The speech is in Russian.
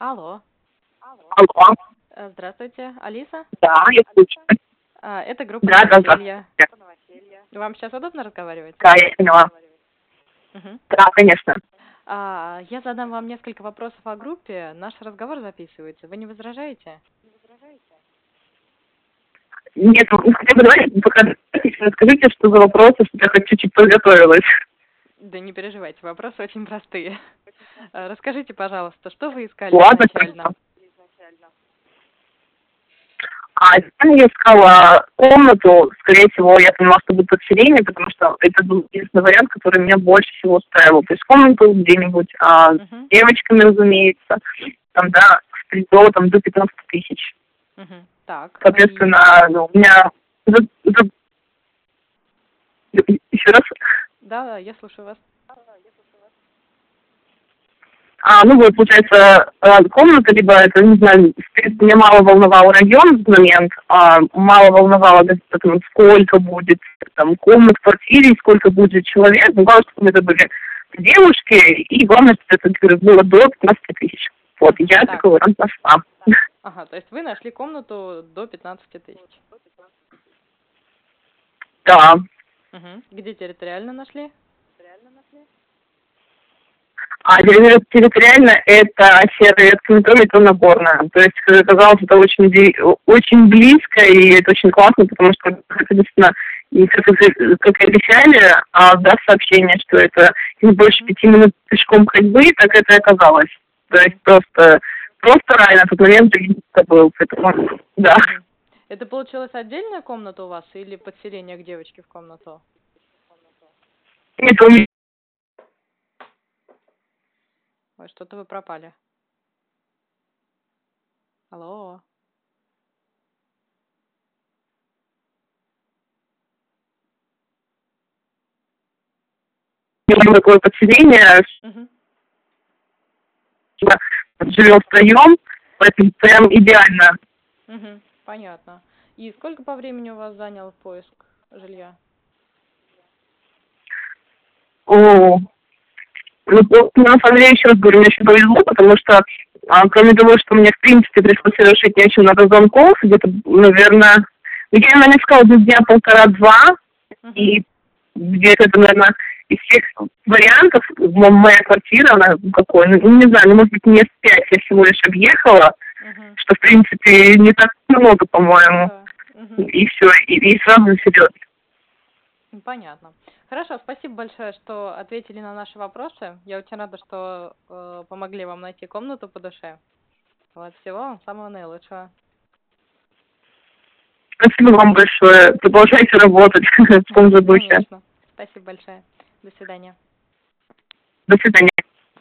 Алло. Алло. Здравствуйте, Алиса. Да, я слушаю. Это группа Да, да, «Новоселье». здравствуйте. Вам сейчас удобно разговаривать? Да, я поняла. Мгм. Да, конечно. Я задам вам несколько вопросов о группе. Наш разговор записывается. Вы не возражаете? Нет, ну хотя бы давайте пока расскажите, что за вопросы, что я хоть чуть-чуть подготовилась. Да не переживайте, вопросы очень простые. Расскажите, пожалуйста, что вы искали Ладно, изначально? хорошо. Я искала комнату, скорее всего, я поняла, что будет подселение, потому что это был единственный вариант, который меня больше всего устраивал. То есть комнату где-нибудь, с Мгм. девочками, разумеется, там, да, до 15 тысяч. Мгм. Так. Соответственно, ну, у меня... Еще раз? Да, я слушаю вас. Ну вот, получается, комната, либо это, не знаю, в принципе, меня мало волновал район в момент, мало волновало, там, сколько будет там комнат в квартире, сколько будет человек. Ну, главное, чтобы это были девушки, и главное, чтобы это, говорю, было до 15 тысяч. Вот, я Так. такой вариант нашла. Ага, то есть вы нашли комнату до 15 тысяч. Да. Угу. Где территориально нашли? Территориально это сервис метро Нагорная. То есть, как оказалось, это очень близко, и это очень классно, потому что, соответственно, и как и обещали, даст сообщение, что это не больше 5 минут пешком ходьбы, так это и оказалось. То есть просто рай на тот момент это был. Поэтому, да. Это получилась отдельная комната у вас или подселение к девочке в комнату? Это у меня Ой, что-то вы пропали. Алло. такое подселение, Угу. живем втроем, поэтому прям идеально. Угу. Понятно. И сколько по времени у вас занял поиск жилья? На самом деле, еще раз говорю, мне очень повезло, потому что, кроме того, что мне, в принципе, пришлось совершить не очень много звонков, где-то, наверное, я, наверное, искала дня полтора-два, и где-то, наверное, из всех вариантов, моя квартира, она какой, не знаю, может быть, не с 5 я всего лишь объехала, что, в принципе, не так много, по-моему, и все, и сразу заселилась. Понятно. Хорошо, спасибо большое, что ответили на наши вопросы. Я очень рада, что помогли вам найти комнату по душе. Вот, всего вам самого наилучшего. Спасибо вам большое. Продолжайте работать в том же духе. Конечно. Спасибо большое. До свидания. До свидания.